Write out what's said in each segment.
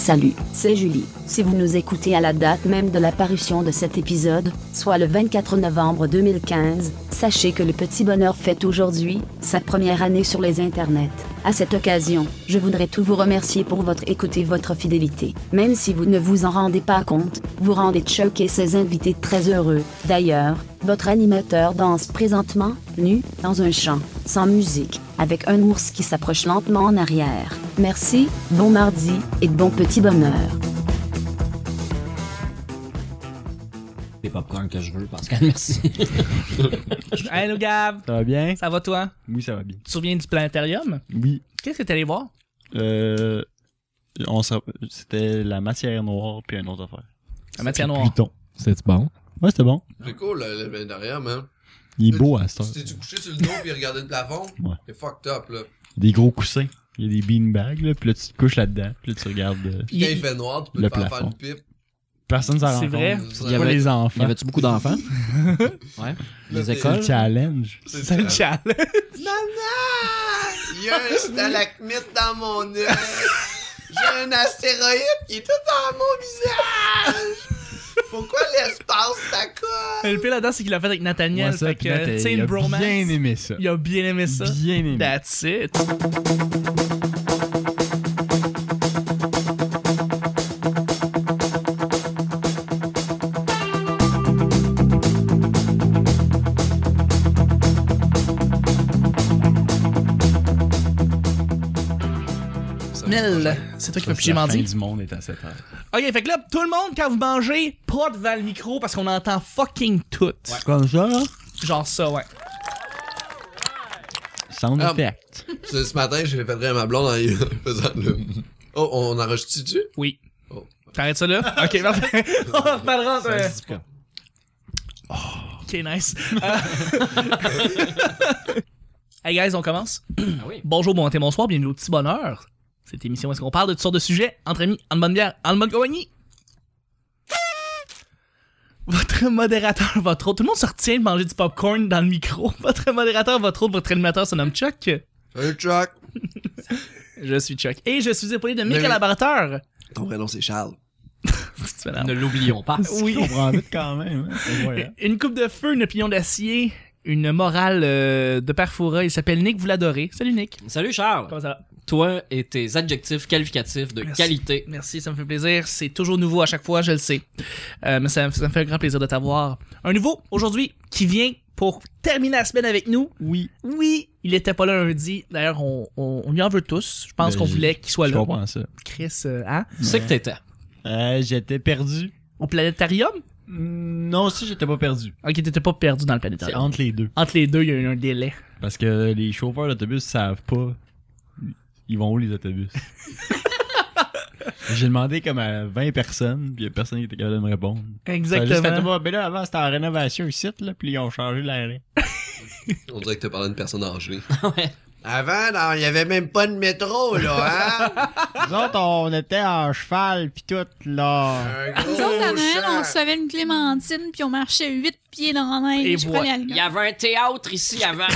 Salut, c'est Julie. Si vous nous écoutez à la date même de la parution de cet épisode, soit le 24 novembre 2015, sachez que le Petit Bonheur fête aujourd'hui sa première année sur les internets. À cette occasion, je voudrais tout vous remercier pour votre écoute et votre fidélité. Même si vous ne vous en rendez pas compte, vous rendez Chuck et ses invités très heureux. D'ailleurs, votre animateur danse présentement, nu, dans un champ, sans musique, avec un ours qui s'approche lentement en arrière. Merci, bon mardi, et bon petit bonheur. Les popcorn que je veux, Pascal, merci. Hello Gab, Ça va bien? ça va toi? Oui, ça va bien. Tu te souviens du planétarium? Oui. Qu'est-ce que t'es allé voir? C'était la matière noire puis une autre affaire. La matière noire. Pluton. C'était bon? Ouais, c'était bon. C'est cool, le planétarium, hein. Il est beau à cette heure. Tu t'es-tu couché sur le dos pis regardé le plafond? Ouais. C'est fucked up, là. Des gros coussins. Il y a des beanbags, là, puis là, tu te couches là-dedans, puis là, tu regardes Pis quand il fait noir, tu peux le te faire plafond. une pipe. Personne s'en rend C'est compte. vrai? C'est pas les Y enfants. avait-tu beaucoup d'enfants? Ouais. Les C'est écoles? Le challenge. C'est le challenge. Maman! Il y a un stalagmite dans mon œil. J'ai un astéroïde qui est tout dans mon visage. Pourquoi l'espace ça colle? Le pire là-dedans, c'est qu'il l'a fait avec Nathaniel. Ouais, ça, fait puis là, que, tu sais, il une a bromance. bien aimé ça. Il a bien aimé ça. Bien aimé. That's it. Mel, c'est toi qui m'as pigé La fin mardi. du monde est à cette heure. Ok, fait que là, tout le monde, quand vous mangez, pas devant le micro parce qu'on entend fucking tout. Comme ça, là? Genre ça, ouais. Sound Ah, effect. Ce matin, j'ai fait rire à ma blonde en faisant le... Oh, on enregistre-tu? Oui. Oh. T'arrêtes ça là? Ok, parfait. On reparlera. Ok, nice. Hey guys, on commence. oui. Bonjour, bon matin, bonsoir, bienvenue au Petit Bonheur. Cette émission où est-ce qu'on parle de toutes sortes de sujets entre amis, en bonne bière, en bonne compagnie. Votre modérateur, votre autre. Tout le monde se retient de manger du popcorn dans le micro. Votre modérateur, votre autre, votre animateur se nomme Chuck. Salut, Chuck. Je suis Chuck. Et je suis épaulé de mes Mais- collaborateurs. Ton prénom, c'est Charles. Tu m'énerves. Ne l'oublions pas. Oui. On prend vite quand même. Hein? Voilà. Une coupe de feu, une opinion d'acier, une morale de Perfora. Il s'appelle Nick, vous l'adorez. Salut Nick. Salut Charles. Comment ça va? Toi et tes adjectifs qualificatifs de Merci. qualité. Merci, ça me fait plaisir. C'est toujours nouveau à chaque fois, je le sais. Mais ça me fait un grand plaisir de t'avoir. Un nouveau, aujourd'hui, qui vient pour terminer la semaine avec nous. Oui. Oui, il était pas là lundi. D'ailleurs, on lui en veut tous. Je pense Ben, qu'on voulait qu'il soit Je là. comprends ça. Chris, hein? C'est que t'étais. J'étais perdu. Au planétarium? Non, si j'étais pas perdu. Ok, t'étais pas perdu dans le C'est planétarium. entre les deux. Entre les deux, il y a eu un délai. Parce que les chauffeurs d'autobus savent pas. Ils vont où les autobus? J'ai demandé comme à 20 personnes, puis y a personne qui était capable de me répondre. Ça a juste fait, Exactement. ben là, avant c'était en rénovation ici, là, puis ils ont changé l'arrêt. On dirait que t'as parlé d'une personne âgée. Ouais. Avant, non, il y avait même pas de métro, là, hein? Nous autres, on était en cheval, puis tout, là. Un gros Nous autres, à Noël, champ. on recevait une clémentine, puis on marchait 8 pieds dans la Et neige. voilà. Prenait Il y l'aliment. avait un théâtre ici avant.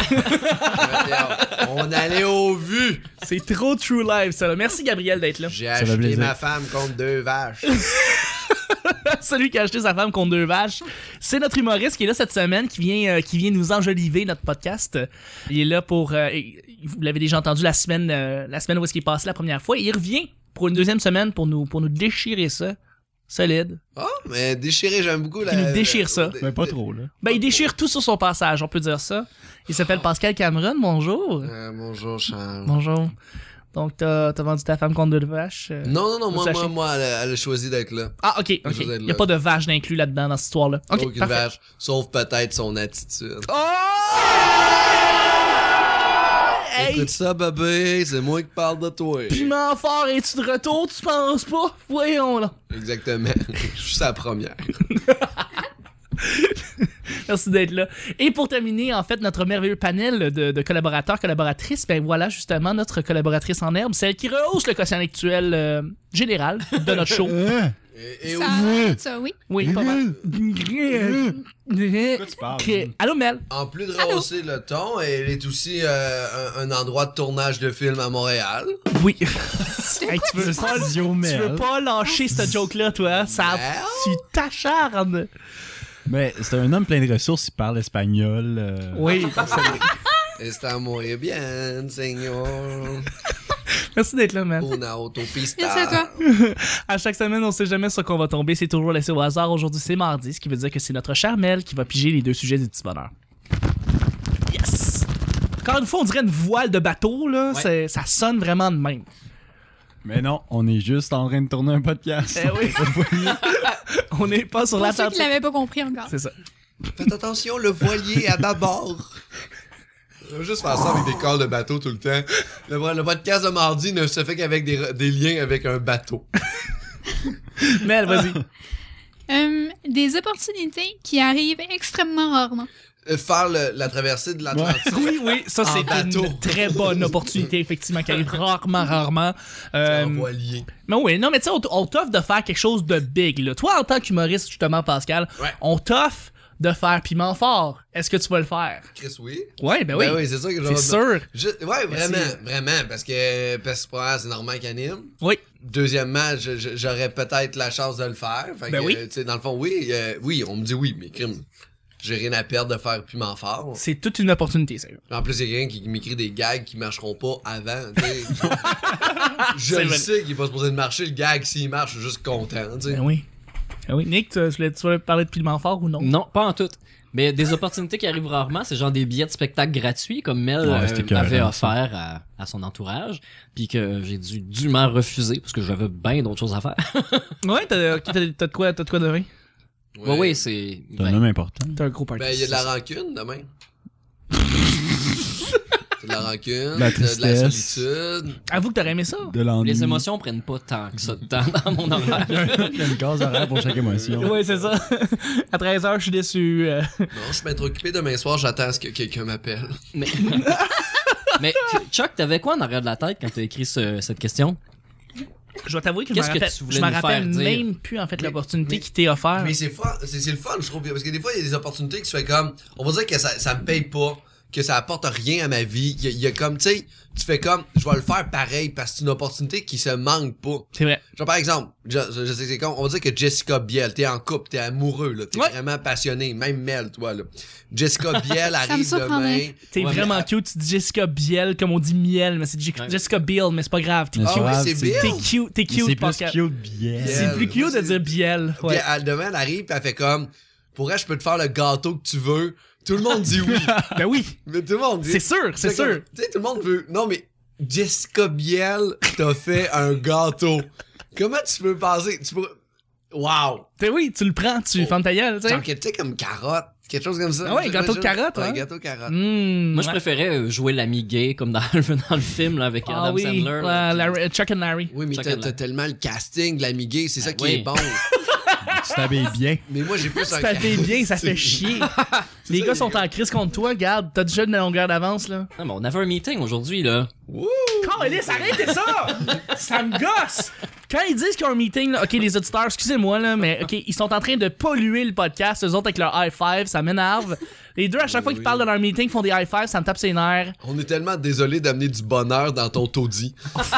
On allait au vu. C'est trop true life, ça. Là. Merci, Gabriel, d'être là. J'ai fait acheté plaisir. ma femme contre 2 vaches. Celui qui a acheté sa femme contre 2 vaches. C'est notre humoriste qui est là cette semaine, qui vient nous enjoliver notre podcast. Il est là pour, vous l'avez déjà entendu la semaine où est-ce qu'il est passé la première fois. Et il revient pour une deuxième semaine pour nous déchirer ça. Solide. Oh, mais déchiré, j'aime beaucoup la... Il nous déchire ça. Mais pas trop, là. Ben, il déchire tout sur son passage, on peut dire ça. Il s'appelle Pascal Cameron, bonjour. Bonjour, Charles. Bonjour. Donc, t'as vendu ta femme contre 2 vaches. Non, Sachez. moi, elle a choisi d'être là. Ah, ok. Je vous aide Il y a là. pas de vache d'inclus là-dedans dans cette histoire-là. Ok, Aucune parfait. vache, sauf peut-être son attitude. Oh! Hey! Écoute ça, bébé, c'est moi qui parle de toi. Piment fort, es-tu de retour, tu penses pas? Voyons là. Exactement. Je suis sa première. Merci d'être là. Et pour terminer, en fait, notre merveilleux panel de collaborateurs, collaboratrices, ben voilà, justement, notre collaboratrice en herbe, celle qui rehausse le quotient intellectuel général de notre show. Et Ça, aussi, ça, oui. Oui, pas mal. Pourquoi tu parles? Allô, Mel? en plus de rehausser le ton, elle est aussi un endroit de tournage de films à Montréal. Oui. Hey, tu veux pas lâcher cette joke-là, toi? Ça, Mel? tu t'acharnes. Mais c'est un homme plein de ressources, il parle espagnol. Oui, c'est vrai. Está muy bien, señor. Merci d'être là, man. Una autopista. Merci à toi. À chaque semaine, on sait jamais sur quoi on va tomber. C'est toujours laissé au hasard. Aujourd'hui, c'est mardi, ce qui veut dire que c'est notre chère Mel qui va piger les deux sujets du petit bonheur. Yes! Encore une fois, on dirait une voile de bateau, là. Ouais. Ça sonne vraiment de même. Mais non, on est juste en train de tourner un podcast. Eh oui. On n'est pas sur Pour la ceux qui l'avaient pas compris encore. C'est ça. Faites attention, le voilier à bâbord. On va juste faire ça avec des corps de bateau tout le temps. Le podcast de mardi ne se fait qu'avec des liens avec un bateau. Mel, vas-y. Des opportunités qui arrivent extrêmement rarement. Faire la traversée de l'Atlantique. Oui, ça, En c'est bateau. une très bonne opportunité, effectivement, qui arrive rarement. En voilier. Mais oui, non, mais tu sais, on t'offre de faire quelque chose de big, là. Toi, en tant qu'humoriste, justement, Pascal, Ouais. on t'offre de faire Piment Fort. Est-ce que tu vas le faire? Chris, oui. Ouais, ben oui. Ben oui, c'est ça que C'est sûr. Ouais, Merci. vraiment, parce que premièrement, c'est Normand qui anime. Oui. Deuxièmement, j'aurais peut-être la chance de le faire. Fait Ben que, oui. tu sais, dans le fond, oui, on me dit oui, mais crime, j'ai rien à perdre de faire Piment Fort. C'est toute une opportunité, sérieux. En plus, il y a quelqu'un qui m'écrit des gags qui marcheront pas avant, tu sais. Je C'est le vrai. sais qu'il est pas supposé de marcher, le gag, s'il marche, je suis juste content, tu sais. Ben oui. Ben oui. Nick, tu voulais parler de Piment Fort ou non? Non, pas en tout. Mais des opportunités qui arrivent rarement, c'est genre des billets de spectacle gratuits, comme Mel Ouais, c'était écœurant, avait ça. offert à son entourage, puis que j'ai dû dûment refuser, parce que j'avais bien d'autres choses à faire. Ouais, t'as de quoi demain? Ouais, c'est... C'est un ben, homme important. T'as un gros party. Ben, il y a de la rancune demain. C'est de la rancune, La de la tristesse. solitude. Avoue que t'aurais aimé ça? De l'ennui. les émotions prennent pas tant que ça de temps dans mon horaire. Il y a une case horaire pour chaque émotion. Oui, c'est ça. À 13h, je suis déçu. Non, je suis bien trop occupé demain soir, j'attends à ce que quelqu'un m'appelle. Mais Chuck, t'avais quoi en arrière de la tête quand t'as écrit cette question? Je dois t'avouer que je Qu'est-ce me que rappelle, tu voulais je me nous rappelle faire dire? même plus, en fait, l'opportunité mais- qui t'est offerte. Mais c'est le fun, je trouve, parce que des fois, il y a des opportunités qui se fait comme, on va dire que ça me paye pas, que ça apporte rien à ma vie. Il y a comme, tu sais, tu fais comme, je vais le faire pareil parce que c'est une opportunité qui se manque pas. C'est vrai. Genre, par exemple, je sais que c'est con, on va dire que Jessica Biel, t'es en couple, t'es amoureux, là, t'es Ouais. vraiment passionné, même Mel, toi, là. Jessica Biel me arrive surprendrait. demain. T'es Ouais, vraiment mais- cute. Tu dis Jessica Biel, comme on dit miel, mais c'est Ouais. Jessica Biel, mais c'est pas grave. T'es Mais Ah oui, grave, c'est c'est- Biel. t'es Mais cute, c'est plus Pascal. cute bien. C'est plus cute de dire Biel. Puis Ouais. demain, elle arrive, pis elle fait comme, pour elle, je peux te faire le gâteau que tu veux. Tout le monde dit oui. Ben oui, Mais tout le monde dit. c'est sûr, c'est sûr. comme- Tu sais, tout le monde veut. Non, mais Jessica Biel t'a fait un gâteau. Comment tu peux penser? Tu peux. Wow! Ben oui, tu le prends, tu fermes ta gueule, tu sais. Genre, tu sais, comme carotte. Quelque chose comme ça. Ah ouais, gâteau de carotte, Ouais, hein? gâteau de carotte. Moi, je ouais. préférais jouer l'ami gay, comme dans, dans le film, là, avec Ah Adam oui, Sandler. là. Chuck and Larry. Oui, mais Chuck t'as and Larry. tellement le casting de l'ami gay, c'est ça qui oui. est bon. Tu t'habilles bien. Mais moi, j'ai plus un. Tu t'habilles bien, ça fait chier. Les ça, gars les sont gars. en crise contre toi, regarde, t'as déjà une longueur d'avance, là. Ah, mais on avait un meeting aujourd'hui, là. Calisse, arrêtez ça! Ça me gosse! Quand ils disent qu'ils ont un meeting, là, ok, les auditeurs, excusez-moi, là, mais ok, ils sont en train de polluer le podcast, eux autres avec leur high five, ça m'énerve. Les deux, à chaque fois qu'ils parlent de leur meeting, font des high fives, ça me tape ses nerfs. On est tellement désolé d'amener du bonheur dans ton taudis.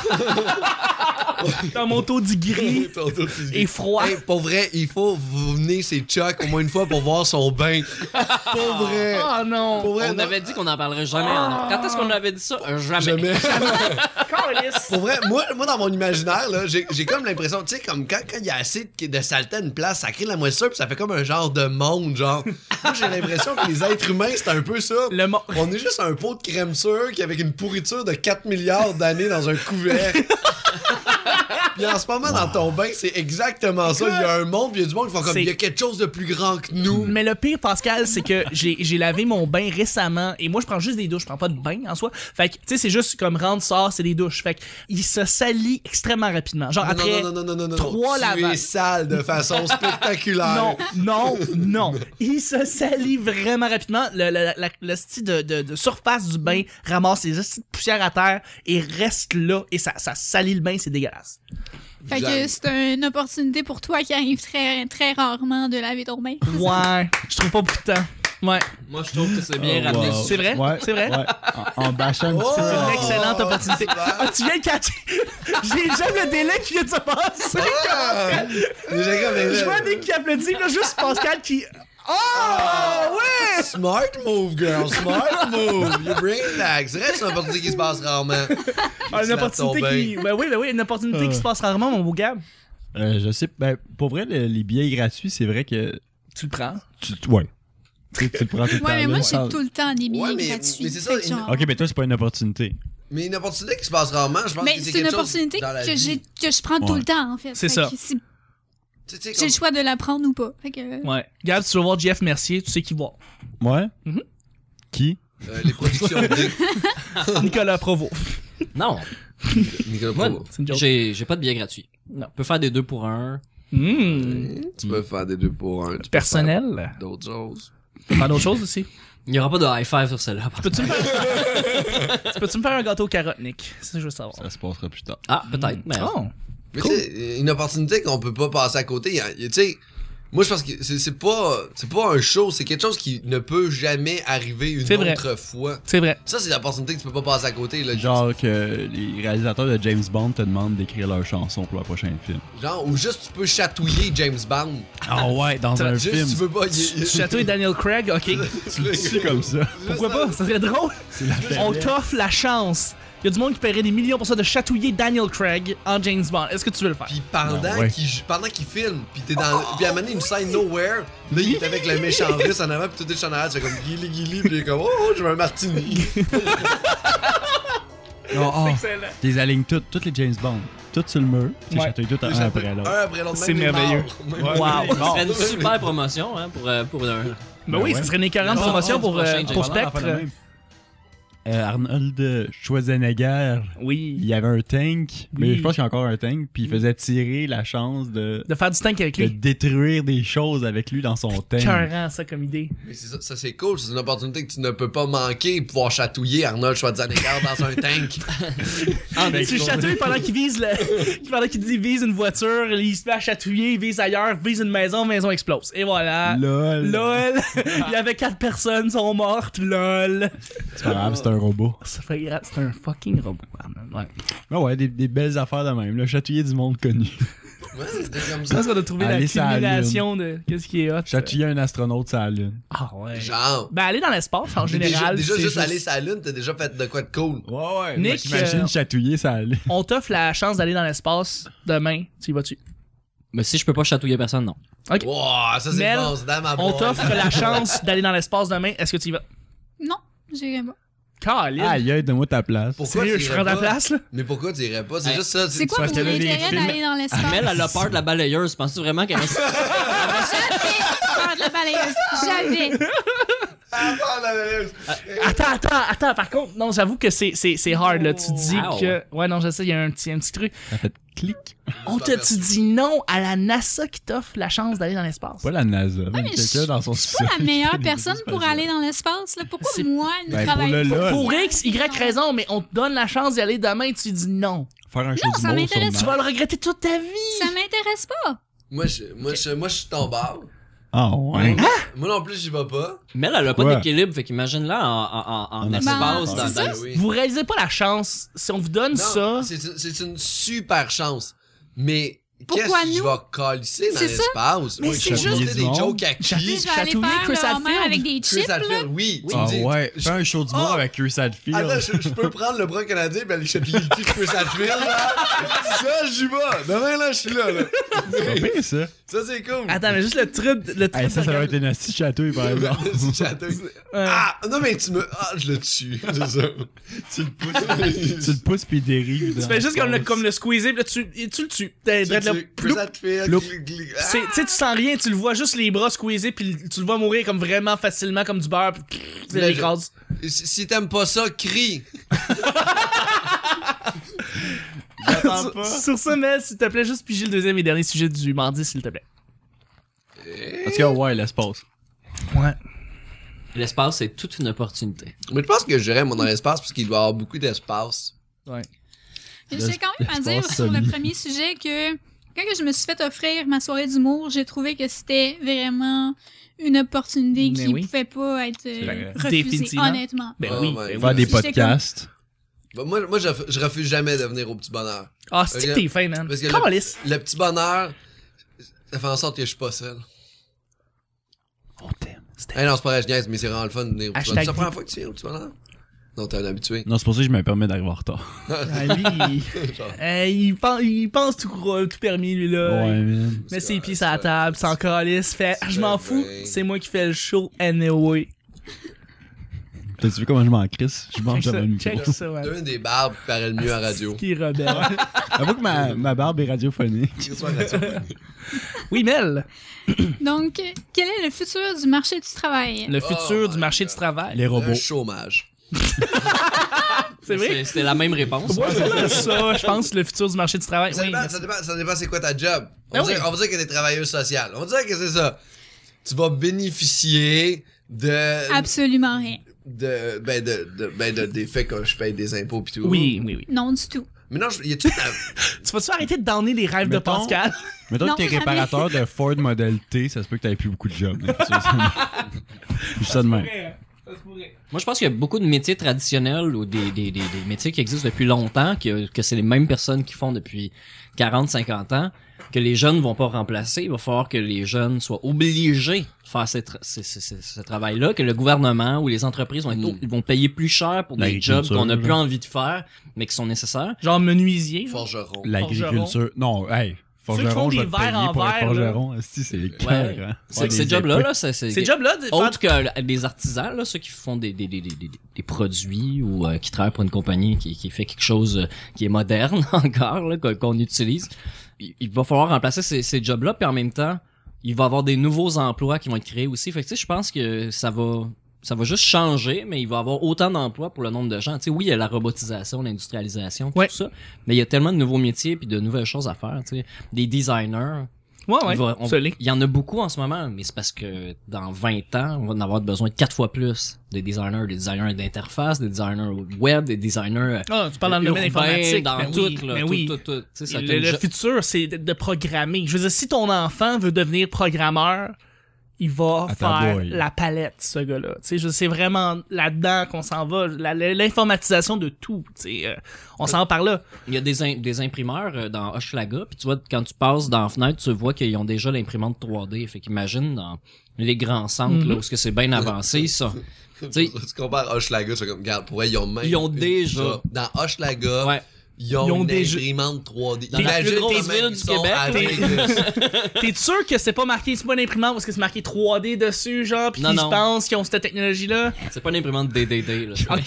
Dans mon taux du gris Ton taudis et froid. Hey, pour vrai, il faut vous venir chez Chuck au moins une fois pour voir son bain. Pour vrai. Oh non! Pour vrai, On non. avait dit qu'on n'en parlerait jamais. en- Quand est-ce qu'on avait dit ça? Jamais. Jamais. Calisse! Pour vrai, moi dans mon imaginaire, là, j'ai comme l'impression, tu sais, comme quand il y a assez de saleté à une place, ça crée de la moisissure puis ça fait comme un genre de monde, genre. Moi, j'ai l'impression que les êtres humains, c'est un peu ça. On est juste un pot de crème sûre qui avec une pourriture de 4 milliards d'années dans un couvercle. Puis en ce moment, dans ton bain, c'est exactement ça. Il y a un monde, puis il y a du monde qui font comme, C'est- il y a quelque chose de plus grand que nous. Mais le pire, Pascal, c'est que j'ai lavé mon bain récemment et moi, je prends juste des douches, je prends pas de bain en soi. Fait que, tu sais, c'est juste comme rentre, sort, c'est des douches. Fait que, il se salit extrêmement rapidement. Genre, après non, 3 tu es lavages. sale de façon spectaculaire. Non. Il se salit vraiment rapidement. Le style de surface du bain ramasse les petites poussières à terre et reste là et ça salit le bain, c'est dégueulasse. Fait que c'est une opportunité pour toi qui arrive très, très rarement de laver ton bain. Ouais, je trouve pas beaucoup de temps. Ouais, Moi, je trouve que c'est bien ramené. wow. c'est vrai? Ouais. C'est vrai? Ouais. En bâchant un petit peu. C'est une excellente opportunité. super. Ah, tu viens de catcher. J'aime le délai qui vient de se passer. Ah! Déjà comme Je vois Nick qui applaudit, là, juste Pascal qui... Oh, ouais! Smart move, girl. Smart move. You bring it back. C'est vrai que c'est une opportunité qui se passe rarement. Ah, une opportunité qui... Ben oui, une opportunité qui se passe rarement, mon beau Gab. Je sais, ben, pour vrai, les billets gratuits, c'est vrai que. Tu le prends. Ouais. Tu le prends tout le temps. Ouais, mais moi, là. j'ai tout le temps des billets Ouais, mais gratuits. c'est ça, Fait que genre- Ok, mais toi, c'est pas une opportunité. Mais une opportunité qui se passe rarement, je pense Mais que c'est c'est une quelque chose opportunité dans la que vie. que je prends tout Ouais. le temps, en fait. C'est Fait ça. que si Tu sais, j'ai le choix de la prendre ou pas. Fait que... Ouais. Gab, tu vas voir Jeff Mercier, tu sais qui va. Ouais? Mhm. Qui? les productions D. Nicolas Provo. Non, Nicolas moi, Provo. C'est une joke. j'ai pas de billet gratuit. Non. On peut faire des 2 pour 1. Tu peux faire des 2 pour 1. Personnel. D'autres choses. Tu peux faire d'autres choses aussi. Il y aura pas de high five sur celle-là. Peux-tu me faire... Peux-tu me faire un gâteau carotte, Nick? C'est ça que je veux savoir. Ça se passera plus tard. Ah, peut-être. Mais Oh. Mais tu sais, une opportunité qu'on peut pas passer à côté. Tu sais, moi je pense que c'est pas un show, c'est quelque chose qui ne peut jamais arriver une C'est vrai. autre fois. C'est vrai. Ça, c'est l'opportunité que tu peux pas passer à côté. Là. Genre que les réalisateurs de James Bond te demandent d'écrire leur chanson pour leur prochain film. Genre, ou juste tu peux chatouiller James Bond. Ah ouais, dans un Juste film. tu peux pas. Château et Daniel Craig, ok. Tu le dis comme ça. Pourquoi pas? Ça serait drôle. C'est la On faiblesse. t'offre la chance. Il y a du monde qui paierait des millions pour ça de chatouiller Daniel Craig en James Bond. Est-ce que tu veux le faire? Puis pendant Non, ouais. qu'il filme, puis t'es dans. Puis à un moment donné, une scène nowhere, là il est avec le méchant russe en avant, puis tout est en arrière, tu fais comme guili, puis il est comme oh, je veux un martini. Oh, Excellent. tu les alignes toutes les James Bond. Toutes sur le mur. Tu Ouais. chatouilles toutes un après l'autre. Un après l'autre. C'est même les merveilleux. morts. Wow. ça serait une super promotion hein, pour un. Ben oui, ouais. ça serait une écœurante promotion pour prochain Spectre. Arnold Schwarzenegger, Oui. il y avait un tank, mais Oui. je pense qu'il y a encore un tank, puis il faisait tirer la chance de De faire du tank avec de lui. détruire des choses avec lui dans son tank. Cœurant, ça, comme idée. Mais c'est ça c'est cool, c'est une opportunité que tu ne peux pas manquer, pouvoir chatouiller Arnold Schwarzenegger dans un tank. Tu chatouilles pendant qu'il vise pendant qu'il vise une voiture, il se met à chatouiller, il vise ailleurs, vise une maison explose. Et voilà. LOL. LOL. Il y avait 4 personnes, sont mortes. LOL. C'est pas grave, c'est un robot. Ça fait grave, c'est un fucking robot. Ouais. Ah ouais, des belles affaires de même. Là. Chatouiller du monde connu. Ouais, c'est comme Je ça. pense qu'on a trouvé la Aller sur la culmination de qu'est-ce qui est hot. Chatouiller un astronaute sur la Lune. Ah ouais. Genre. Ben aller dans l'espace en général. Déjà c'est juste aller sur la lune, t'as déjà fait de quoi de cool. Ouais. Nick, Imagine chatouiller sur la Lune. On t'offre la chance d'aller dans l'espace demain. Tu y vas-tu? Mais si je peux pas chatouiller personne, non. Ok. Wow, ça c'est Mel, bon, c'est dans ma On boîte. t'offre la chance d'aller dans l'espace demain. Est-ce que tu y vas? Non, j'irai pas. Caline. Aïe, aïe, donne-moi ta place. Pourquoi Sérieux, tu je irais prends ta pas? place, là? Mais pourquoi tu irais pas? C'est Hey, juste ça. C'est quoi parce pour que là, les l'intérêt films- d'aller dans l'espace? Amel, elle a peur de la balayeuse. Penses-tu vraiment qu'elle va Peur de la balayeuse. Jamais. Ah, Attends, par contre, non, j'avoue que c'est hard, là. Tu dis Wow. que. Ouais, non, je sais, il y a un petit truc. Ça fait clic. Tu dis non à la NASA qui t'offre la chance d'aller dans l'espace. Pas la NASA. même mais quelqu'un dans son Je suis pas la meilleure personne pour aller dans l'espace. Là. Pourquoi C'est- moi, ne Ben, travaille pour le pas? LOL. Pour X, Y raison, mais on te donne la chance d'y aller demain et tu dis non. Faire un show Non, du ça monde m'intéresse sur Tu Mars. vas le regretter toute ta vie. Ça m'intéresse pas. Moi, je suis tombard. Ah ouais. Moi non plus, j'y vais pas. Mel, elle a pas Ouais. d'équilibre, fait qu'imagine-la en Ben, espace. c'est dans, ça. dans- Oui. Vous réalisez pas la chance. Si on vous donne ça. C'est une super chance. Mais Pourquoi qu'est-ce que je nous? vais calisser dans C'est ça. l'espace? Mais Moi, c'est je juste vais du des monde. jokes à qui? Je vais aller Chatouiller faire Chris le roman Hadfield. avec des Chris chips, là. Hadfield, oui. Tu Ah me dis- ouais. Fais un show du monde Ah. avec Chris Hadfield. Attends, je peux prendre le bras canadien et aller chatouiller le cul de Chris Hadfield, là. Ça, j'y vais. Demain, là, je suis là. C'est pas pire, ça. Ça, c'est cool. Attends, mais juste le trup. Hey, ça va être une astuce chatouille, par exemple. Tu chatouilles. Ah, non, mais tu me. Ah, je le tue. C'est ça. Tu le pousses puis il dérive. Tu fais juste comme le squeezer, puis là, tu le tues. T'es drette là, Chris ploup. Hadfield. Ploup. clic, clic. Tu sais, tu sens rien, tu le vois juste les bras squeezer, puis tu le vois mourir comme vraiment facilement, comme du beurre, puis tu Mais l'écrases. Si t'aimes pas ça, crie. J'attends pas. Sur ça, Mel, s'il te plaît, juste piger le deuxième et dernier sujet du mardi, s'il te plaît. En tout cas, ouais, l'espace. Ouais. L'espace, c'est toute une opportunité. Mais je pense que j'irais, moi, dans l'espace parce qu'il doit y avoir beaucoup d'espace. Ouais. J'ai quand même à dire sur le premier sujet que quand je me suis fait offrir ma soirée d'humour, j'ai trouvé que c'était vraiment une opportunité qui pouvait pas être refusée, honnêtement. Ben oui. Faire des podcasts. Moi, je refuse jamais de venir au Petit Bonheur. Ah, c'est que t'es fin, man. Parce que le Petit Bonheur, ça fait en sorte que je suis pas seul. On t'aime. Hey, non, c'est pas vrai, je niaise, mais c'est vraiment le fun de venir au Petit Bonheur. C'est la première fois que tu viens au Petit Bonheur? Non, t'es un habitué. Non, c'est pour ça que je me permets d'arriver en retard. Lui, il pense tout permis, lui, là. Ouais, man. Met ses pieds sur la table, s'en calisse, fait « Je m'en fous, c'est moi qui fais le show anyway. » T'as-tu vu comment je m'en crisse? Je mange jamais le micro. Check ça, ouais. Une des barbes qui paraît le mieux à radio. Qui est rebelle. Avoue que ma barbe est radiophonique. Oui, Mel. Donc, quel est le futur du marché du travail? Le futur du marché du travail. Les robots. Le chômage. C'est vrai? C'était la même réponse. Ouais, c'est ça, je pense, le futur du marché du travail. Ça dépend c'est quoi ta job. On va dire que t'es travailleuse sociale. On va dire que c'est ça. Tu vas bénéficier de... Absolument rien. Des faits que je paye des impôts pis tout. Oui. Non, du tout. Mais non, y a-tu... Tu vas-tu arrêter de donner les rêves de Pascal? Mettons Non, que t'es jamais. réparateur de Ford Model T, ça se peut que t'avais plus beaucoup de jobs. Juste ça de même. Moi, je pense qu'il y a beaucoup de métiers traditionnels ou des métiers qui existent depuis longtemps, que c'est les mêmes personnes qui font depuis 40, 50 ans, que les jeunes vont pas remplacer. Il va falloir que les jeunes soient obligés de faire ce travail-là, que le gouvernement ou les entreprises vont payer plus cher pour des jobs qu'on n'a plus envie de faire, mais qui sont nécessaires. Genre menuisier. Forgeron. L'agriculture. Non, hey. Ceux qui font Forgeron, je des vais te verres payer en pour être verre, forgeron. Si, c'est clair, hein. Ces jobs-là, c'est Ces jobs-là, autre que des artisans, là, ceux qui font des produits ou qui travaillent pour une compagnie qui fait quelque chose qui est moderne encore, là, qu'on utilise. Il va falloir remplacer ces jobs-là, puis en même temps, il va y avoir des nouveaux emplois qui vont être créés aussi. Fait que tu sais, je pense que ça va juste changer, mais il va y avoir autant d'emplois pour le nombre de gens. Tu sais, oui, il y a la robotisation, l'industrialisation, tout ça, mais il y a tellement de nouveaux métiers puis de nouvelles choses à faire. Tu sais, des designers. Ouais. Il y en a beaucoup en ce moment, mais c'est parce que dans 20 ans, on va en avoir besoin de 4 fois plus de designers, des designers d'interface, des designers web, des designers tu parles dans le domaine informatique. dans tout, là, tout. Tu sais, le futur, c'est de programmer. Je veux dire, si ton enfant veut devenir programmeur, il va faire la palette, ce gars-là. Tu sais, c'est vraiment là-dedans qu'on s'en va. L'informatisation de tout. Tu sais, on s'en va par là. Il y a des imprimeurs dans Hochelaga, puis tu vois, quand tu passes dans la fenêtre, tu vois qu'ils ont déjà l'imprimante 3D. Fait qu'imagine dans les grands centres, là, où c'est bien avancé, ça. Tu compares Hochelaga, c'est comme, regarde, pour eux, ils ont déjà. Dans Hochelaga, ils ont une imprimante 3D. Dans la plus grosse ville du Québec. T'es sûr que c'est pas une imprimante parce que c'est marqué 3D dessus, genre, pis qu'ils pensent qu'ils ont cette technologie-là? C'est pas une imprimante DDD, là. Ok.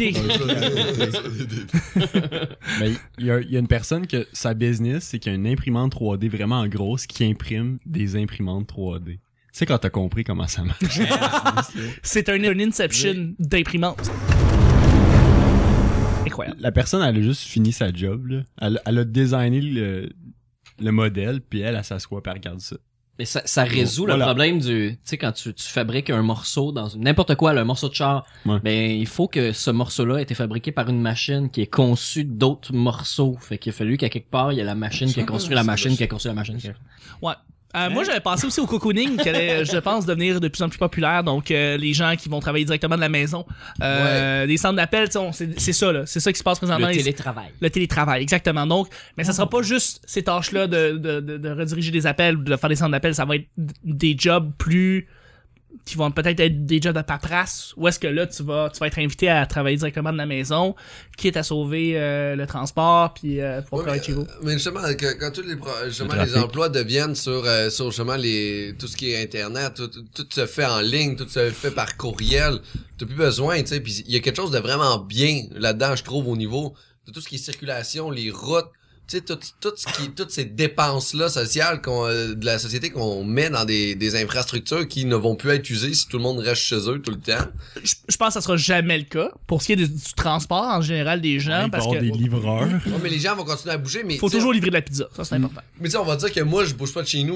Mais il y a une personne que sa business, c'est qu'il y a une imprimante 3D vraiment grosse qui imprime des imprimantes 3D. Tu sais quand t'as compris comment ça marche. C'est un inception d'imprimante. Incroyable. La personne, elle a juste fini sa job, là. Elle a designé le modèle, puis elle s'assoit et elle regarde ça. Mais ça résout le problème tu sais, quand tu fabriques un morceau dans n'importe quoi, un morceau de char, ben, il faut que ce morceau-là ait été fabriqué par une machine qui est conçue d'autres morceaux. Fait qu'il a fallu qu'à quelque part, il y a la machine qui a construit la machine, qui a construit la machine. Ouais. Moi, j'avais pensé aussi au cocooning, qui allait, je pense, devenir de plus en plus populaire. Donc, les gens qui vont travailler directement de la maison. Les centres d'appel, c'est ça, là. C'est ça qui se passe présentement. Le télétravail. Le télétravail, exactement. Donc, mais ça sera pas juste ces tâches-là de rediriger des appels, de faire des centres d'appel. Ça va être des jobs plus... qui vont peut-être être des jobs de paperasse, où est-ce que là, tu vas être invité à travailler directement de la maison, quitte à sauver le transport, puis pour travailler chez vous. Mais justement, quand tous les emplois deviennent sur justement tout ce qui est Internet, tout se fait en ligne, tout se fait par courriel, t'as plus besoin, tu sais, puis il y a quelque chose de vraiment bien là-dedans, je trouve, au niveau de tout ce qui est circulation, les routes, tu sais, toutes ces dépenses-là sociales de la société qu'on met dans des infrastructures qui ne vont plus être usées si tout le monde reste chez eux tout le temps. Je pense que ça sera jamais le cas pour ce qui est du transport en général des gens. Parce que des livreurs. Ouais, mais les gens vont continuer à bouger. Mais faut toujours livrer de la pizza, ça c'est important. Mais tu sais, on va dire que moi, je bouge pas de chez nous, là.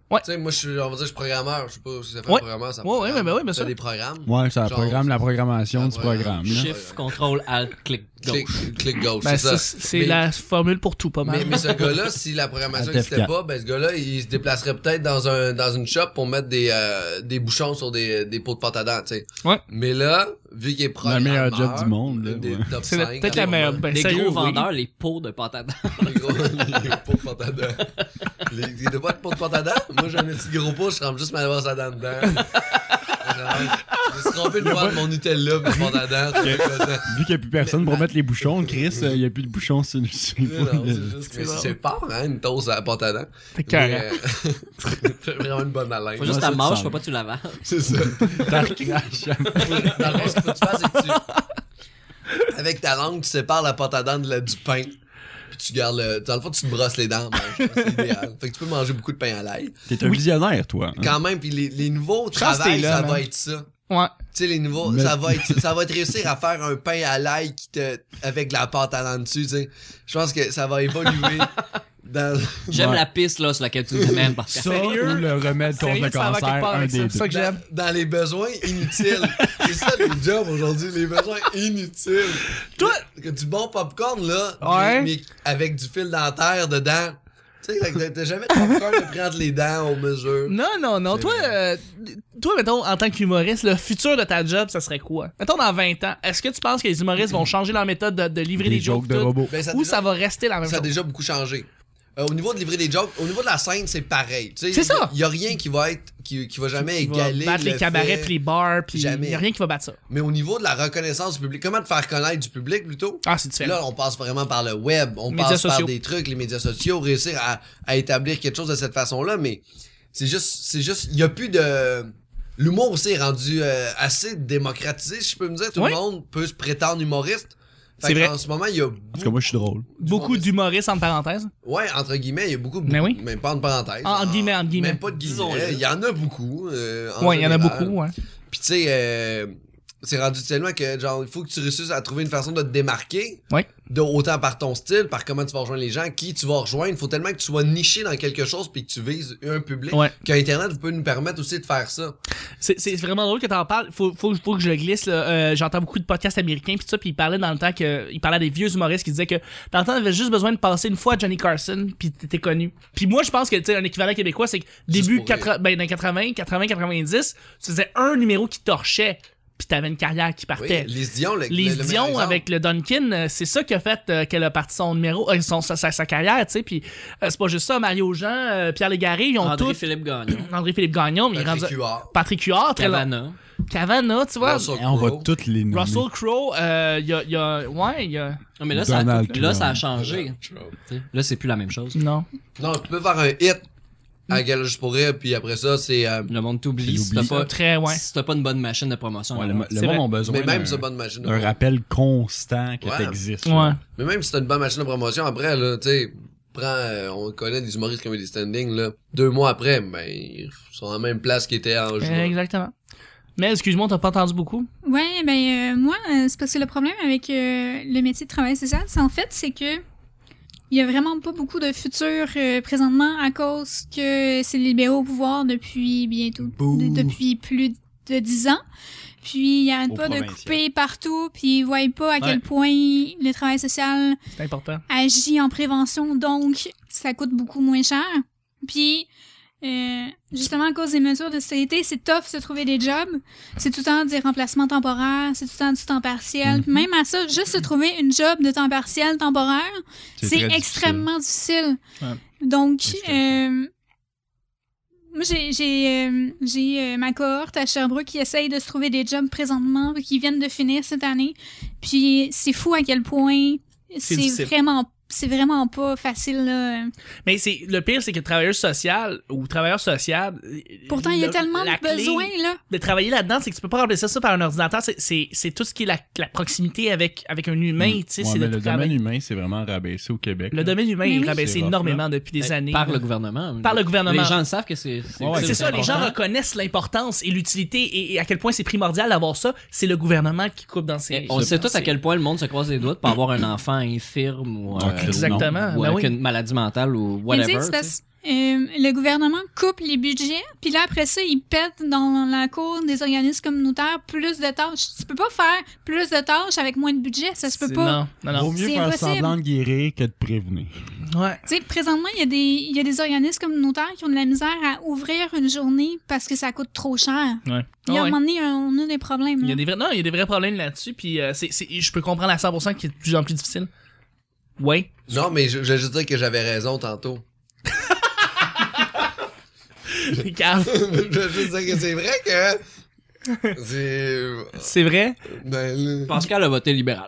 Ouais. Tu sais, moi, on va dire, je suis programmeur. Je sais pas si ça fait un programmeur, ça ouais, mais ça. des programmes. Ouais, ça programme la programmation du programme. Shift, contrôle, alt, clic gauche. Clic gauche, Ben, c'est ça. C'est la formule pour tout, pas mal. Mais ce gars-là, si la programmation n'existait pas, ben ce gars-là, il se déplacerait peut-être dans une shop pour mettre des bouchons sur des pots de pâte à dents, tu sais. Ouais. Mais là, vu qu'il est programmeur, le meilleur job du monde, là, des ouais. top C'est 5, peut-être la meilleure. Ben, Les sérieux, gros oui. vendeurs, les pots de pâte à dents. les pots de pâte à dents. Les de pas de pots de pâte à dents. Moi, j'ai un petit gros pot, je rentre juste ma brosse à dents dedans. Je me suis trompé une fois de mon Nutella pis mon pâte à dents. Vu qu'il n'y a plus personne pour mettre les bouchons, Chris, il n'y a plus de bouchons sur le C'est fort, hein, une toast à la pâte à dents. C'est carré. C'est vraiment une bonne haleine. Faut juste ta mâche, faut pas que tu la vales. C'est ça. T'as recrache. Dans le fond, ce qu'il faut que tu fasses, c'est que avec ta langue, tu sépares la pâte à dents du pain. Puis tu gardes dans le fond, tu te brosses les dents. C'est idéal. Fait que tu peux manger beaucoup de pain à l'ail. T'es un visionnaire, toi. Hein? Quand même, puis les nouveaux pense que travails, t'es là, ça man. va être ça. Ouais. Tu sais, les nouveaux, ça va être réussir à faire un pain à l'ail avec de la pâte à dents dessus, tu sais. Je pense que ça va évoluer dans... J'aime la piste, là, sur laquelle tu nous amènes, parce que Ça ou le remède contre Sérieux, le ça va quelque cancer, part un avec des ça. deux. C'est ça que j'aime. dans les besoins inutiles. C'est ça le job aujourd'hui, les besoins inutiles. Toi- Du bon popcorn, là, Ouais. mais avec du fil dentaire dedans. Tu sais, t'as jamais de popcorn de prendre les dents aux mesures. Non. Toi, mettons, en tant qu'humoriste, le futur de ta job, ça serait quoi? Mettons, dans 20 ans, est-ce que tu penses que les humoristes vont changer leur méthode de livrer des jokes de tout? robots. Ben, Ou ça va rester la même Ça a chose? déjà beaucoup changé. Au niveau de livrer des jokes, au niveau de la scène, c'est pareil. Tu sais, C'est ça. Il y a rien qui va être, qui va jamais Qui va égaler battre les le cabarets fait- pis les bars, pis Jamais. il y a rien qui va battre ça. Mais au niveau de la reconnaissance du public, comment te faire connaître du public plutôt? Ah, c'est différent. Là, on passe vraiment par le web, on Médias passe par sociaux. des trucs, les médias sociaux, réussir à établir quelque chose de cette façon-là, mais c'est juste, il y a plus de... L'humour aussi est rendu assez démocratisé, si je peux me dire. Tout Oui. le monde peut se prétendre humoriste. Fait C'est que vrai. En ce moment, il y a Parce que moi, je suis drôle. Beaucoup d'humoristes, entre parenthèses. Ouais, entre guillemets, il y a beaucoup, Mais oui. même pas entre parenthèses. Entre guillemets. Même pas de guillemets. Il y en a beaucoup. Ouais, il y en a général. beaucoup, ouais. Puis tu sais, c'est rendu tellement que genre il faut que tu réussisses à trouver une façon de te démarquer. Ouais. Autant par ton style, par comment tu vas rejoindre les gens, qui tu vas rejoindre. Il faut tellement que tu sois niché dans quelque chose puis que tu vises un public. Ouais. Qu'Internet peut nous permettre aussi de faire ça. C'est vraiment drôle que t'en parles. Faut que je glisse, là. J'entends beaucoup de podcasts américains pis tout ça, pis ils parlaient dans le temps il parlait à des vieux humoristes qui disaient que dans le temps, t'avais juste besoin de passer une fois à Johnny Carson pis t'étais connu. Pis moi, je pense que, tu sais, un équivalent québécois, c'est que début pour rire. dans 90, tu faisais un numéro qui torchait pis t'avais une carrière qui partait. Oui, Lise Dion, Lise le meilleur Dion exemple. avec le Dunkin, c'est ça qui a fait qu'elle a parti son numéro, sa carrière, tu sais. Puis c'est pas juste ça, Mario Jean, Pierre Légaré, ils ont tous. André-Philippe Gagnon. André-Philippe Gagnon, mais Patrick Huard. Patrick Huard, très long. Cavana. Cavana, tu vois. Russell Et on va Crowe. toutes les nommer. Russell Crowe, il y a. Non, mais là, Donald là, ça a Trump. changé. T'sais, là, c'est plus la même chose. Non. Non, tu peux faire un hit à Gala juste pour rire, puis après ça, c'est... Le monde t'oublie C'est si t'as l'oubli. pas, Très, ouais. si t'as pas une bonne machine de promotion. Ouais, alors. le C'est monde vrai. a besoin mais même d'un- ça, bonne machine de un promotion. rappel constant que Ouais. t'existes. Ouais. Mais même si t'as une bonne machine de promotion, après, là, tu sais, on connaît des humoristes qui ont eu des standings, là, 2 mois après, ben, ils sont en même place qu'ils étaient en juin. Exactement. Mais excuse-moi, t'as pas entendu beaucoup? Ouais, moi, c'est parce que le problème avec le métier de travail social, c'est que il y a vraiment pas beaucoup de futur présentement à cause que c'est les libéraux au pouvoir depuis depuis plus de 10 ans. Puis ils arrêtent Au pas de provincial. couper partout, puis ils voient pas à Ouais. quel point le travail social C'est important. agit en prévention, donc ça coûte beaucoup moins cher. Puis justement à cause des mesures de société, c'est tough de trouver des jobs. C'est tout le temps des remplacements temporaires, c'est tout le temps du temps partiel. Puis même à ça, juste de trouver une job de temps partiel temporaire, c'est très extrêmement difficile. Ouais. Donc C'est moi j'ai ma cohorte à Sherbrooke qui essaye de se trouver des jobs présentement, qui viennent de finir cette année. Puis c'est fou à quel point difficile. c'est vraiment pas facile là. Mais le pire, c'est que travailleur social ou travailleur social. Pourtant, il y a tellement la de besoins, clé là. de travailler là-dedans, c'est que tu peux pas remplacer ça par un ordinateur. C'est tout ce qui est la proximité avec un humain, tu sais. Ouais, c'est mais de le travailler. domaine humain, c'est vraiment rabaissé au Québec. Le là. domaine humain Mais est oui. rabaissé C'est rough, énormément là. depuis des années. Par le gouvernement. Par le gouvernement. Les gens le savent que c'est Ouais, C'est ça, les gens important. reconnaissent l'importance et l'utilité et à quel point c'est primordial d'avoir ça. C'est le gouvernement qui coupe dans ses... On sait tous à quel point le monde se croise les doigts pour avoir un enfant infirme ou Ah, Christ, Exactement. ou Ben avec oui. une maladie mentale ou Mais tu whatever. sais, c'est parce le gouvernement coupe les budgets, puis là, après ça, ils pètent dans la cour des organismes communautaires plus de tâches. Tu peux pas faire plus de tâches avec moins de budget, ça se peut pas. Non. Vaut mieux C'est faire impossible. semblant de guérir que de prévenir. Ouais. Tu sais, présentement, il y a des organismes communautaires qui ont de la misère à ouvrir une journée parce que ça coûte trop cher. Ouais. Il y a un Ouais. moment donné, on a des problèmes. Il y là. a des vrais problèmes là-dessus, puis je peux comprendre à 100% qu'il est de plus en plus difficile. Ouais. Non, mais je vais juste dire que j'avais raison tantôt. Calme. Je veux juste dire que c'est vrai que... C'est vrai? Ben, là... Pascal a voté libéral.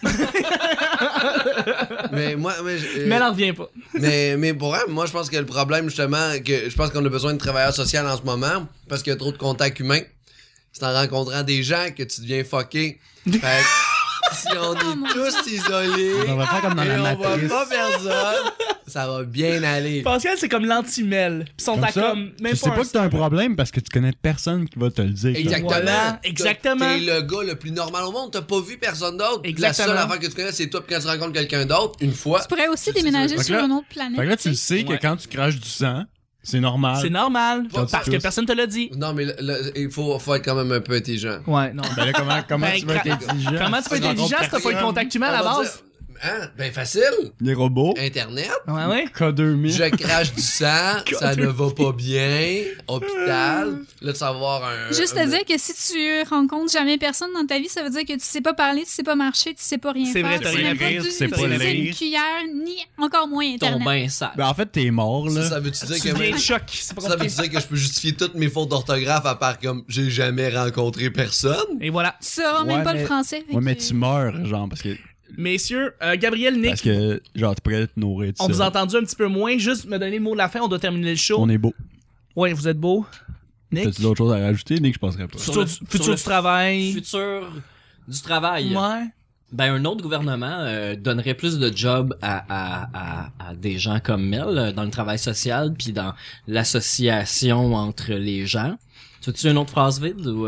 Mais moi... Mais elle en revient pas. mais pour elle, moi, je pense que le problème, justement, que je pense qu'on a besoin de travailleurs sociaux en ce moment, parce qu'il y a trop de contacts humains. C'est en rencontrant des gens que tu deviens fucké. Fait que si on est tous isolés, On va faire comme dans et la on voit matrice. pas personne, ça va bien aller. Pascal, c'est comme l'anti-mel. Pis ils sont Comme à ça, comme même tu sais pas que t'as un problème parce que tu connais personne qui va te le dire. Exactement. Voilà, exactement. T'es le gars le plus normal au monde. T'as pas vu personne d'autre. Exactement. La seule affaire que tu connais, c'est toi. Puis quand tu rencontres quelqu'un d'autre, une fois. Tu pourrais aussi Tu sais, déménager Fait que sur là- une autre planète. Fait que là, tu le tu sais. sais que Ouais. quand tu craches du sang, c'est normal. C'est normal. Quand Parce tu que tousses. personne te l'a dit. Non, mais il faut être quand même un peu intelligent. Ouais, non. Ben là, comment Ben, tu vas être intelligent? Comment tu peux être rencontres intelligent si t'as pas eu de personne? contact humain à la On va base? dire, hein? Ben facile. Les robots, Internet. Ouais. K2000. Je crache du sang. Ça ne va pas bien. Hôpital. Là, tu vas avoir un... Juste te dire que si tu rencontres jamais personne dans ta vie, ça veut dire que tu sais pas parler, tu sais pas marcher, tu sais pas rien C'est faire. vrai, t'as tu rien sais pas lire, tu sais pas utiliser lire. une cuillère, ni encore moins Ton Internet. bain sale. Ben en fait, t'es mort, là. Ça veut-tu dire Tu que viens même... de choc. C'est pas Ça veut compliqué. dire que je peux justifier toutes mes fautes d'orthographe à part comme j'ai jamais rencontré personne? Et voilà. Tu sauras même Ouais, pas mais- le français. fait Ouais, mais que- tu meurs, genre, parce que Messieurs, Gabriel, Nick, genre, tu pourrais te nourrir de ça. on vous a entendu un petit peu moins. Juste me donner le mot de la fin, on doit terminer le show. On est beau. Ouais, vous êtes beau. Nick, T'as-tu d'autres choses à rajouter, Nick? Je penserais pas. futur, Sur futur le du travail. Futur du travail. Ouais. Ben, un autre gouvernement donnerait plus de jobs à des gens comme Mel dans le travail social puis dans l'association entre les gens. Tu veux-tu une autre phrase vide ou...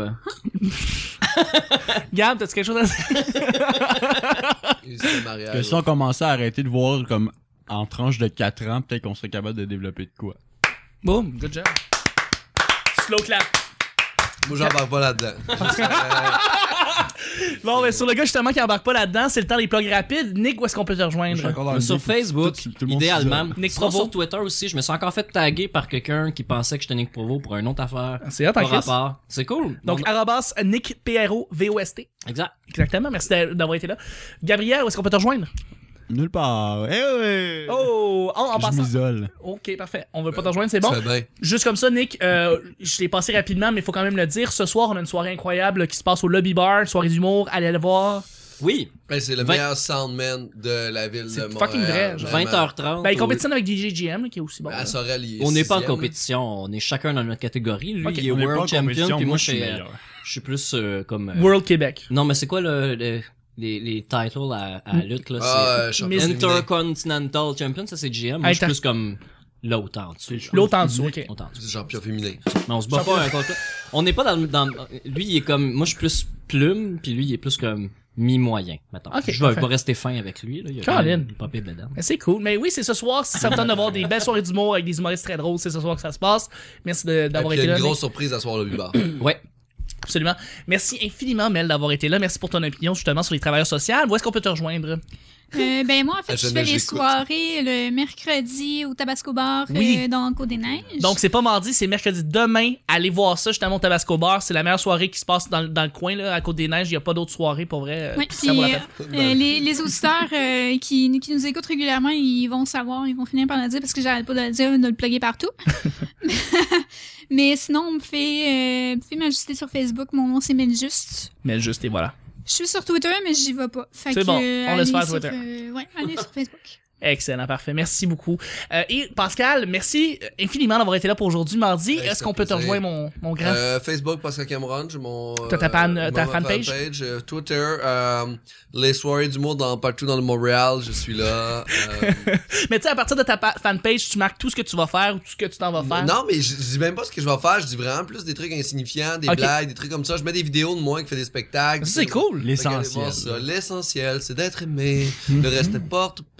Gab, t'as-tu quelque chose à dire? C'est le mariage. Que si on commençait à arrêter de voir comme en tranche de 4 ans, peut-être qu'on serait capable de développer de quoi. Boom, good job. Slow clap. Moi, j'en parle pas là-dedans. Bon, ben sur le gars justement qui embarque pas là-dedans, c'est le temps des plugs rapides. Nick, où est-ce qu'on peut te rejoindre? Sur Facebook, tout le monde idéalement. Nick Sinon, Provo. sur Twitter aussi, je me suis encore fait taguer par quelqu'un qui pensait que j'étais Nick Provo pour une autre affaire. C'est hot, en Par Chris. rapport. C'est cool. Donc, arrobas Nick P-R-O-V-O-S-T. Exact. Exactement, merci d'avoir été là. Gabriel, où est-ce qu'on peut te rejoindre? Nulle part. Eh ouais! Oh, en Je passant. m'isole. Ok, parfait. On veut pas te rejoindre, c'est bon. Ça fait bien. Juste comme ça, Nick, je l'ai passé rapidement, mais il faut quand même le dire. Ce soir, on a une soirée incroyable qui se passe au Lobby Bar, soirée d'humour. Allez le voir. Oui. Ben, c'est le meilleur soundman de la ville de C'est Montréal. fucking vrai, genre. Vraiment. 20h30. Ben, il compétitionne avec DJ GM, qui est aussi bon. À Sorel, il est On n'est pas en sixième. compétition, on est chacun dans notre catégorie. Lui, Ok. il est On est pas en World Champion, compétition, puis moi, je suis meilleur. je suis plus comme... World Québec. Non, mais c'est quoi les titles à la lutte, là? Ah, champion Miss féminin. c'est Intercontinental Champion, ça c'est GM. Moi, je suis plus comme l'autre en dessous. L'autre en dessous, ok. L'autre en dessous. C'est champion féminin. Mais on se bat pas un contre l'autre. On n'est pas dans... Lui, il est comme... Moi, je suis plus plume, puis lui, il est plus comme mi-moyen, mettons. Ok, Je vais parfait. pas rester fin avec lui, là. Il a Colin. quand même pas pire bédane. Mais c'est cool. Mais oui, c'est ce soir. Si ça me tente d'avoir des belles soirées d'humour avec des humoristes très drôles, c'est ce soir que ça se passe. Merci d'avoir Il y été a là. une Nick. grosse surprise à soir le bar. Ouais. Absolument. Merci infiniment, Mel, d'avoir été là. Merci pour ton opinion, justement, sur les travailleurs sociaux. Où est-ce qu'on peut te rejoindre? Ben moi, en fait, Ah, je je fais ne les j'écoute. soirées le mercredi au Tabasco Bar Oui. dans Côte-des-Neiges. Donc, c'est pas mardi, c'est mercredi demain. Allez voir ça, justement, au Tabasco Bar. C'est la meilleure soirée qui se passe dans le coin, là, à Côte-des-Neiges. Il y a pas d'autres soirées, pour vrai. Ouais, Ça vaut la peine. les auditeurs qui nous écoutent régulièrement, ils vont savoir, ils vont finir par le dire parce que j'arrête pas de le dire, de le plugger partout. Mais sinon, on me fait m'ajuster sur Facebook. Mon nom, c'est Meljuste. Mais juste, et voilà. Je suis sur Twitter, mais j'y vais pas. Fait C'est que, bon, on laisse allez faire sur, Twitter. Ouais, allez sur Facebook. Excellent, parfait. Merci beaucoup. Et Pascal, merci infiniment d'avoir été là pour aujourd'hui, mardi. Ouais, Est-ce c'est qu'on un peut te plaisir. rejoindre, mon grand? Facebook, Pascal Cameron, j'ai mon... T'as ta ma fanpage? Twitter, les soirées d'humour partout dans le Montréal, je suis là. Mais tu sais, à partir de ta fanpage, tu marques tout ce que tu vas faire ou tout ce que tu t'en vas faire. Non, mais je dis même pas ce que je vais faire, je dis vraiment plus des trucs insignifiants, des Ok. blagues, des trucs comme ça. Je mets des vidéos de moi qui fait des spectacles. Ça, c'est cool. Fait qu'allez voir L'essentiel. ça. L'essentiel, c'est d'être aimé. Le reste importe peu.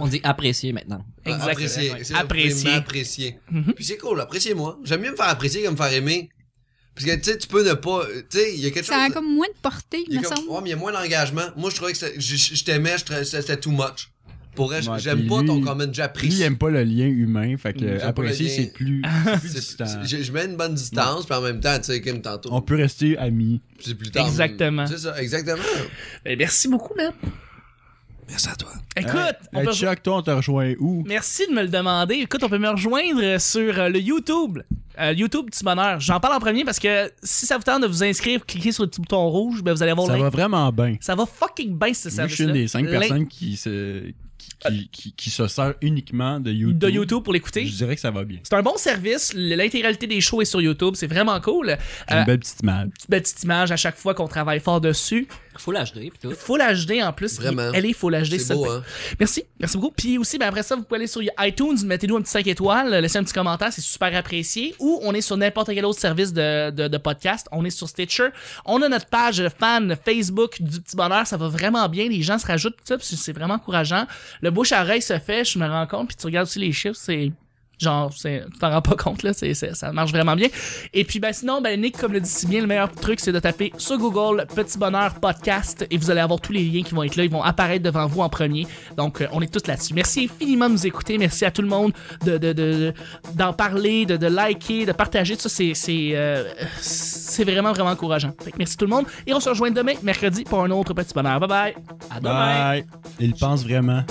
On dit apprécier maintenant. Exactement. Apprécier. Ouais. C'est- vous pouvez Apprécier. m'apprécier. Mhm. Puis c'est cool, appréciez-moi. J'aime mieux me faire apprécier que me faire aimer. Parce que, tu sais, tu peux ne pas... Tu sais, il y a quelque Ça a chose... comme moins de portée, il y me a comme- semble. Ouais, mais il y a moins d'engagement. Moi, je trouvais que je t'aimais, c'était too much. Pour vrai, Ouais, j'aime puis pas ton lui- comment Lui, il j'apprécie. aime pas le lien humain, fait que J'aime pas apprécier, le lien. c'est plus C'est- distant. Je mets une bonne distance, puis en même temps, tu sais, comme tantôt. On peut rester amis. C'est plus tard. Exactement. C'est ça, exactement. Ben, merci beaucoup, man. Merci à toi. Écoute, on Hey, peut... Chuck, toi, on te rejoint où? Merci de me le demander. Écoute, on peut me rejoindre sur le YouTube. YouTube Petit Bonheur. J'en parle en premier parce que si ça vous tente de vous inscrire, cliquez sur le petit bouton rouge, ben vous allez avoir Ça va vraiment bien. Ça va fucking bien, ce Moi, je suis une des 5 personnes qui se sert uniquement de YouTube. de YouTube pour l'écouter. Je dirais que ça va bien. C'est un bon service. L'intégralité des shows est sur YouTube. C'est vraiment cool. C'est une belle petite image. Belle petite image à chaque fois qu'on travaille fort dessus. Full HD pis tout. Full HD en plus. Vraiment. Elle est Full HD. C'est beau, hein? Merci beaucoup. Puis aussi, ben après ça, vous pouvez aller sur iTunes, mettez-nous un petit 5 étoiles, laissez un petit commentaire, c'est super apprécié. Ou on est sur n'importe quel autre service de podcast. On est sur Stitcher. On a notre page fan Facebook du Petit Bonheur. Ça va vraiment bien. Les gens se rajoutent tout ça, puis c'est vraiment encourageant. Le bouche à oreille se fait, je me rends compte, puis tu regardes aussi les chiffres, c'est... Genre, tu t'en rends pas compte, là, ça marche vraiment bien. Et puis, ben sinon, ben Nick, comme le dit si bien, le meilleur truc, c'est de taper sur Google Petit Bonheur Podcast et vous allez avoir tous les liens qui vont être là, ils vont apparaître devant vous en premier. Donc, on est tous là-dessus. Merci infiniment de nous écouter, merci à tout le monde d'en parler, de liker, de partager, tout ça, c'est vraiment, vraiment encourageant. Fait que merci tout le monde et on se rejoint demain, mercredi, pour un autre Petit Bonheur. Bye bye! À demain. Bye! Il pense vraiment.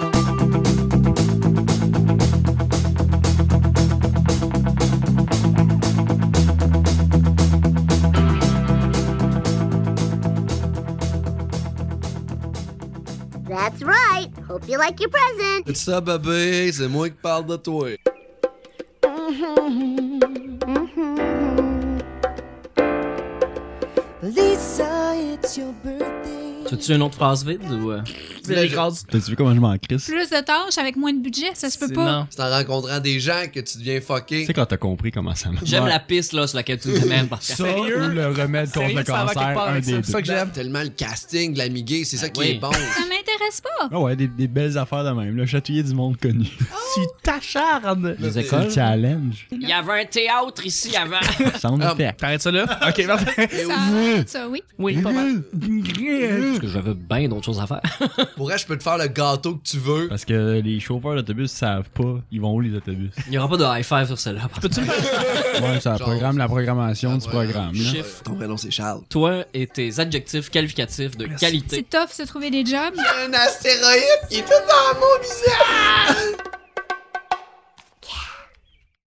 That's right. Hope you like your present. C'est ça, bébé, c'est moi qui parle de toi. Lisa, it's your birthday. Tu veux-tu une autre phrase vide ou... C'est l'écrase. T'as-tu vu comment je m'en crisse? Plus de tâches avec moins de budget, ça se peut pas. Non. C'est en rencontrant des gens que tu deviens Tu fucké. sais quand t'as compris comment ça marche. J'aime Ouais. la piste là sur laquelle tu nous amènes parce que... Ça ou le remède contre Sérieux, le ça va quelque cancer, part un avec des ça. deux. C'est ça que j'aime. Tellement le casting de l'amigué, c'est ça qui oui. est bon. Ça m'intéresse pas. Ah ouais, des belles affaires de même. Le chatouiller du monde connu. Tu t'acharnes. Les C'est écoles. le challenge. Il y avait un théâtre ici avant. Sound Ah, effect. T'arrêtes ça là? Ok, parfait. Ça, oui. Oui, pas mal. Parce que j'avais bien d'autres choses à faire. Pour vrai, je peux te faire le gâteau que tu veux. Parce que les chauffeurs d'autobus savent pas, ils vont où les autobus. Il n'y aura pas de high five sur celle-là. Peux-tu me faire? Ouais, ça Genre, programme la programmation du ouais. programme. là. Chiffre. Ton prénom, c'est Charles. Toi et tes adjectifs qualificatifs de qualité. C'est tough se trouver des jobs. Un astéroïde qui est tout dans mon visage!